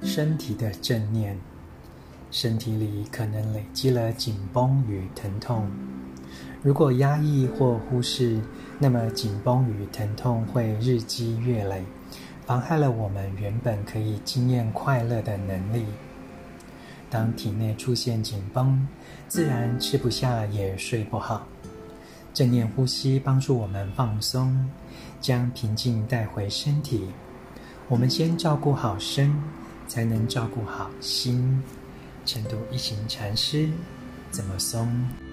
身体的正念。身体里可能累积了紧绷与疼痛，如果压抑或忽视，那么紧绷与疼痛会日积月累，妨害了我们原本可以经验快乐的能力。当体内出现紧绷，自然吃不下也睡不好。正念呼吸帮助我们放松，将平静带回身体。我们先照顾好身，才能照顾好心。晨读一行禅师怎么松？